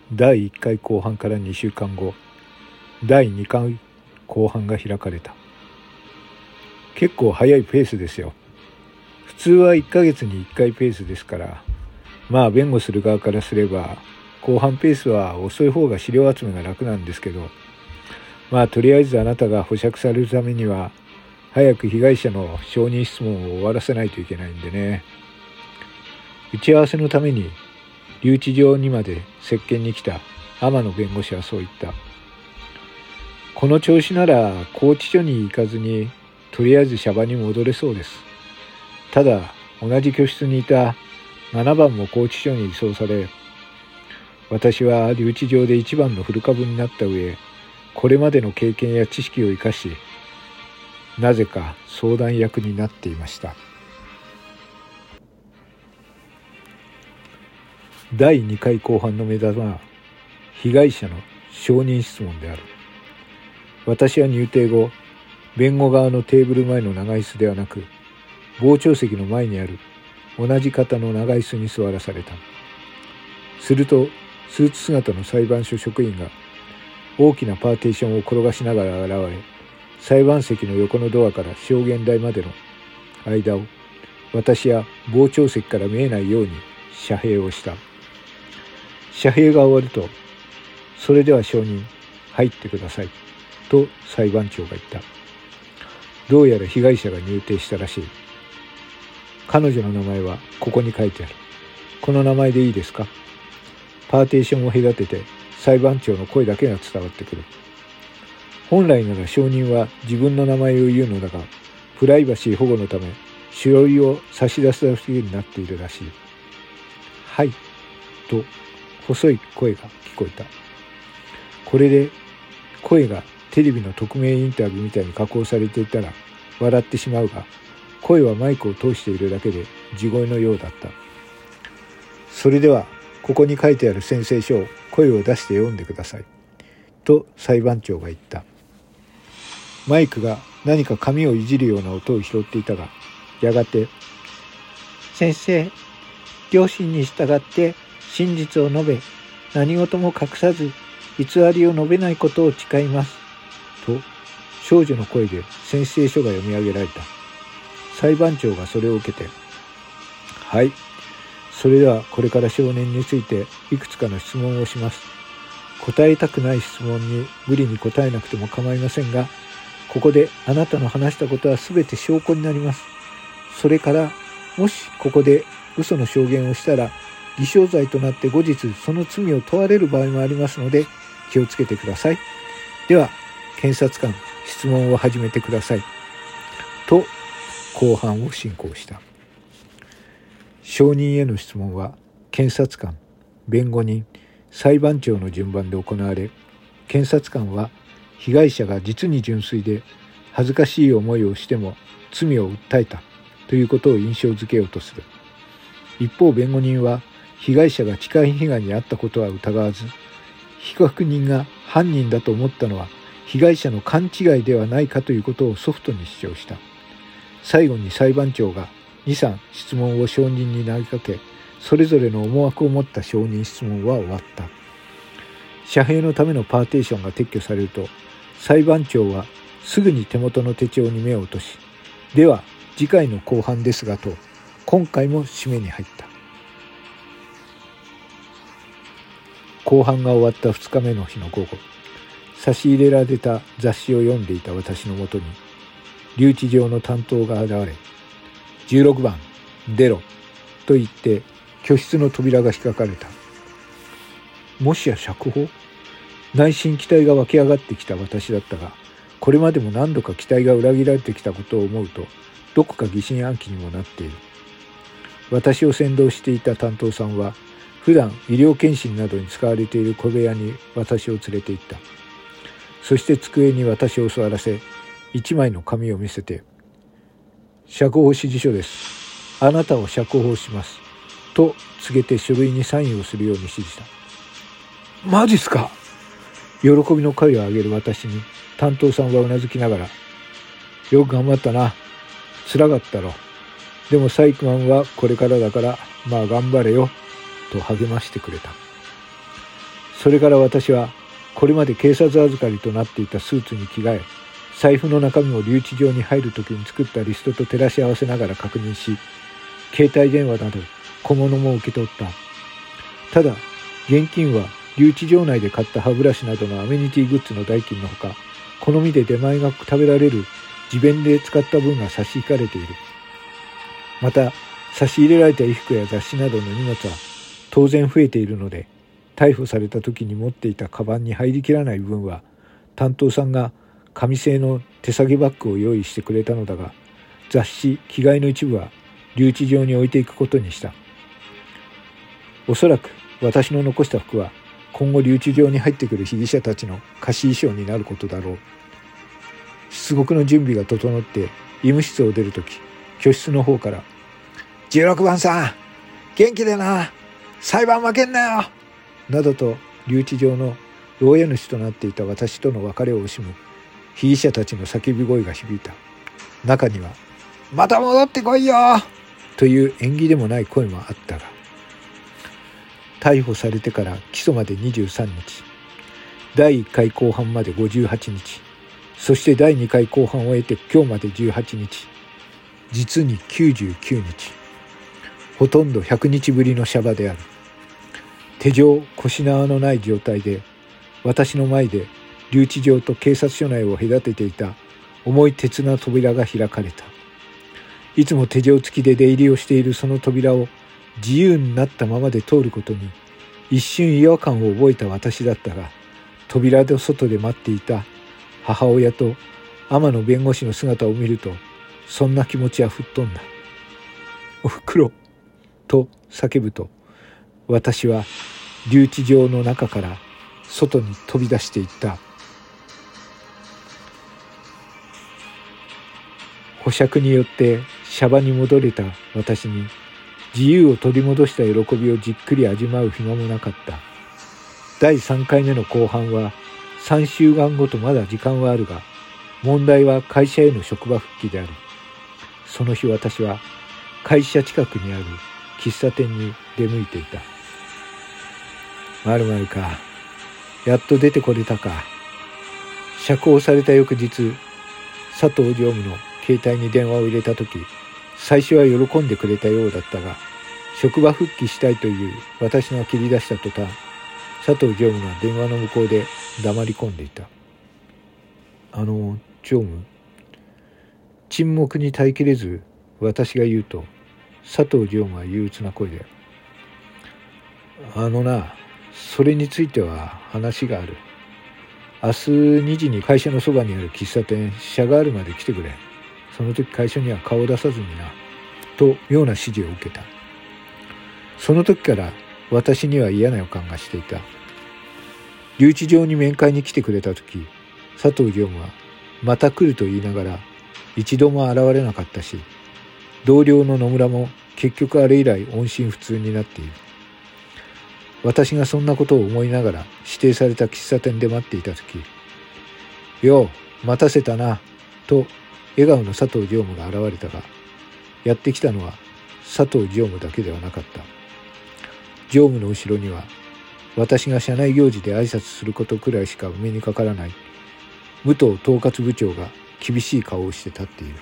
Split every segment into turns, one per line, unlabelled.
第1回公判から2週間後、第2回公判が開かれた。結構早いペースですよ。普通は1ヶ月に1回ペースですから、まあ弁護する側からすれば、公判ペースは遅い方が資料集めが楽なんですけど、まあとりあえずあなたが保釈されるためには、早く被害者の証人質問を終わらせないといけないんでね。打ち合わせのために留置場にまで接見に来た天野弁護士はそう言った。この調子なら拘置所に行かずにとりあえずシャバに戻れそうです。ただ同じ居室にいた7番も拘置所に移送され、私は留置場で一番の古株になった上、これまでの経験や知識を生かし、なぜか相談役になっていました。第2回公判の目玉は被害者の証人質問である。私は入廷後、弁護側のテーブル前の長椅子ではなく、傍聴席の前にある同じ型の長椅子に座らされた。するとスーツ姿の裁判所職員が大きなパーテーションを転がしながら現れ、裁判席の横のドアから証言台までの間を私や傍聴席から見えないように遮蔽をした。遮蔽が終わると、それでは証人入ってくださいと裁判長が言った。どうやら被害者が入廷したらしい。彼女の名前はここに書いてある。この名前でいいですか？パーテーションを隔てて裁判長の声だけが伝わってくる。本来なら証人は自分の名前を言うのだが、プライバシー保護のため書類を差し出すだけになっているらしい。はいと細い声が聞こえた。これで声がテレビの匿名インタビューみたいに加工されていたら笑ってしまうが、声はマイクを通しているだけで地声のようだった。それではここに書いてある宣誓書を声を出して読んでくださいと裁判長が言った。マイクが何か紙をいじるような音を拾っていたが、やがて先生、良心に従って真実を述べ、何事も隠さず偽りを述べないことを誓いますと少女の声で宣誓書が読み上げられた。裁判長がそれを受けて、はい、それではこれから少年についていくつかの質問をします。答えたくない質問に無理に答えなくても構いませんが、ここであなたの話したことは全て証拠になります。それからもしここで嘘の証言をしたら偽証罪となって後日その罪を問われる場合もありますので気をつけてください。では検察官、質問を始めてくださいと公判を進行した。証人への質問は検察官、弁護人、裁判長の順番で行われ、検察官は被害者が実に純粋で恥ずかしい思いをしても罪を訴えたということを印象づけようとする。一方弁護人は被害者が痴漢被害に遭ったことは疑わず、被告人が犯人だと思ったのは被害者の勘違いではないかということをソフトに主張した。最後に裁判長が 2,3 質問を証人に投げかけ、それぞれの思惑を持った証人質問は終わった。遮蔽のためのパーテーションが撤去されると、裁判長はすぐに手元の手帳に目を落とし、では次回の公判ですがと今回も締めに入った。公判が終わった2日目の日の午後、差し入れられた雑誌を読んでいた私のもとに留置場の担当が現れ、16番出ろと言って居室の扉が引っかかれた。もしや釈放？内心期待が湧き上がってきた私だったが、これまでも何度か期待が裏切られてきたことを思うと、どこか疑心暗鬼にもなっている。私を先導していた担当さんは、普段医療検診などに使われている小部屋に私を連れて行った。そして机に私を座らせ、一枚の紙を見せて、釈放指示書です。あなたを釈放します。と告げて書類にサインをするように指示した。マジっすか？喜びの声を上げる私に担当さんはうなずきながら、よく頑張ったな。辛かったろ。でも裁判はこれからだから、まあ頑張れよ。と励ましてくれた。 それから私はこれまで警察預かりとなっていたスーツに着替え、財布の中身を留置場に入るときに作ったリストと照らし合わせながら確認し、携帯電話など小物も受け取った。ただ、現金は留置場内で買った歯ブラシなどのアメニティグッズの代金のほか、好みで出前が食べられる自弁で使った分が差し引かれている。また、差し入れられた衣服や雑誌などの荷物は当然増えているので、逮捕された時に持っていたカバンに入りきらない分は、担当さんが紙製の手提げバッグを用意してくれたのだが、雑誌、着替えの一部は留置場に置いていくことにした。おそらく私の残した服は今後留置場に入ってくる被疑者たちの貸し衣装になることだろう。出国の準備が整って医務室を出るとき、居室の方から16番さん、元気でな、裁判負けんなよなどと留置場の牢屋主となっていた私との別れを惜しむ被疑者たちの叫び声が響いた。中にはまた戻ってこいよという縁起でもない声もあったが、逮捕されてから起訴まで23日、第1回公判まで58日、そして第2回公判を得て今日まで18日、実に99日、ほとんど100日ぶりのシャバである。手錠、腰縄のない状態で、私の前で留置場と警察署内を隔てていた重い鉄の扉が開かれた。いつも手錠付きで出入りをしているその扉を自由になったままで通ることに一瞬違和感を覚えた私だったが、扉の外で待っていた母親と天野弁護士の姿を見ると、そんな気持ちは吹っ飛んだ。おふくろと叫ぶと、私は留置場の中から外に飛び出していった。保釈によってシャバに戻れた私に、自由を取り戻した喜びをじっくり味わう暇もなかった。第3回目の公判は3週間後とまだ時間はあるが、問題は会社への職場復帰である。その日私は会社近くにある喫茶店に出向いていた。まるまるか、やっと出てこれたか。釈放された翌日、佐藤常務の携帯に電話を入れたとき、最初は喜んでくれたようだったが、職場復帰したいという私が切り出した途端、佐藤常務が電話の向こうで黙り込んでいた。常務。沈黙に耐えきれず私が言うと、佐藤常務は憂鬱な声で、それについては話がある。明日2時に会社のそばにある喫茶店シャガールまで来てくれ。その時会社には顔を出さずにな、と妙な指示を受けた。その時から私には嫌な予感がしていた。留置場に面会に来てくれた時、佐藤常務はまた来ると言いながら一度も現れなかったし、同僚の野村も結局あれ以来音信不通になっている。私がそんなことを思いながら指定された喫茶店で待っていた時、よう待たせたなと笑顔の佐藤常務が現れたが、やってきたのは佐藤常務だけではなかった。常務の後ろには私が社内行事で挨拶することくらいしかお目にかからない武藤統括部長が厳しい顔をして立っている。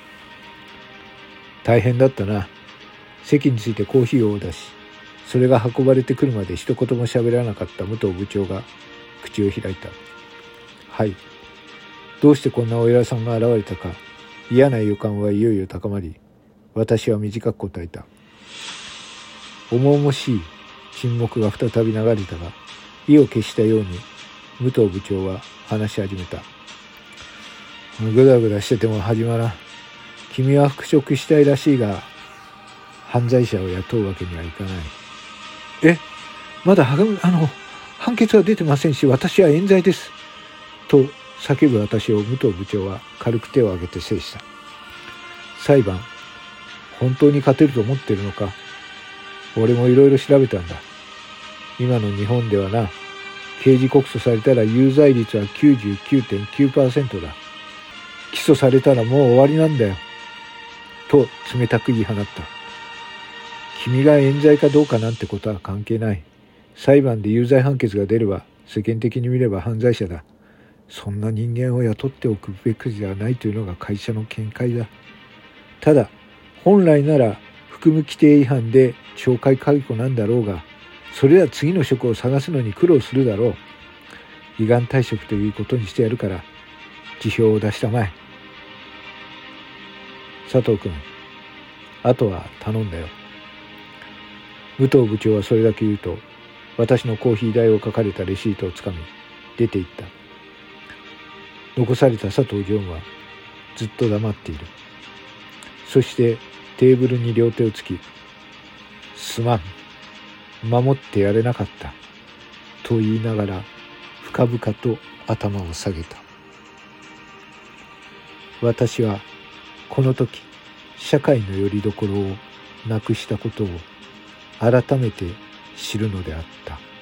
大変だったな。席についてコーヒーを出し、それが運ばれてくるまで一言も喋らなかった武藤部長が口を開いた。はい。どうしてこんなお偉さんが現れたか、嫌な予感はいよいよ高まり、私は短く答えた。重々しい沈黙が再び流れたが、意を消したように武藤部長は話し始めた。ぐだぐだしてても始まらん。君は復職したいらしいが、犯罪者を雇うわけにはいかない。まだ判決は出てませんし、私は冤罪です。と叫ぶ私を武藤部長は軽く手を挙げて制した。裁判、本当に勝てると思ってるのか。俺もいろいろ調べたんだ。今の日本ではな、刑事告訴されたら有罪率は 99.9% だ。起訴されたらもう終わりなんだよ。と冷たく言い放った。君が冤罪かどうかなんてことは関係ない。 裁判で有罪判決が出れば世間的に見れば犯罪者だ。そんな人間を雇っておくべきじゃないというのが会社の見解だ。ただ本来なら服務規定違反で懲戒解雇なんだろうが、それは次の職を探すのに苦労するだろう。依願退職ということにしてやるから辞表を出したまえ。佐藤君、あとは頼んだよ。武藤部長はそれだけ言うと、私のコーヒー代を書かれたレシートをつかみ出て行った。残された佐藤常務はずっと黙っている。そしてテーブルに両手をつき、すまん、守ってやれなかったと言いながら深々と頭を下げた。私はこの時社会の拠り所をなくしたことを改めて知るのであった。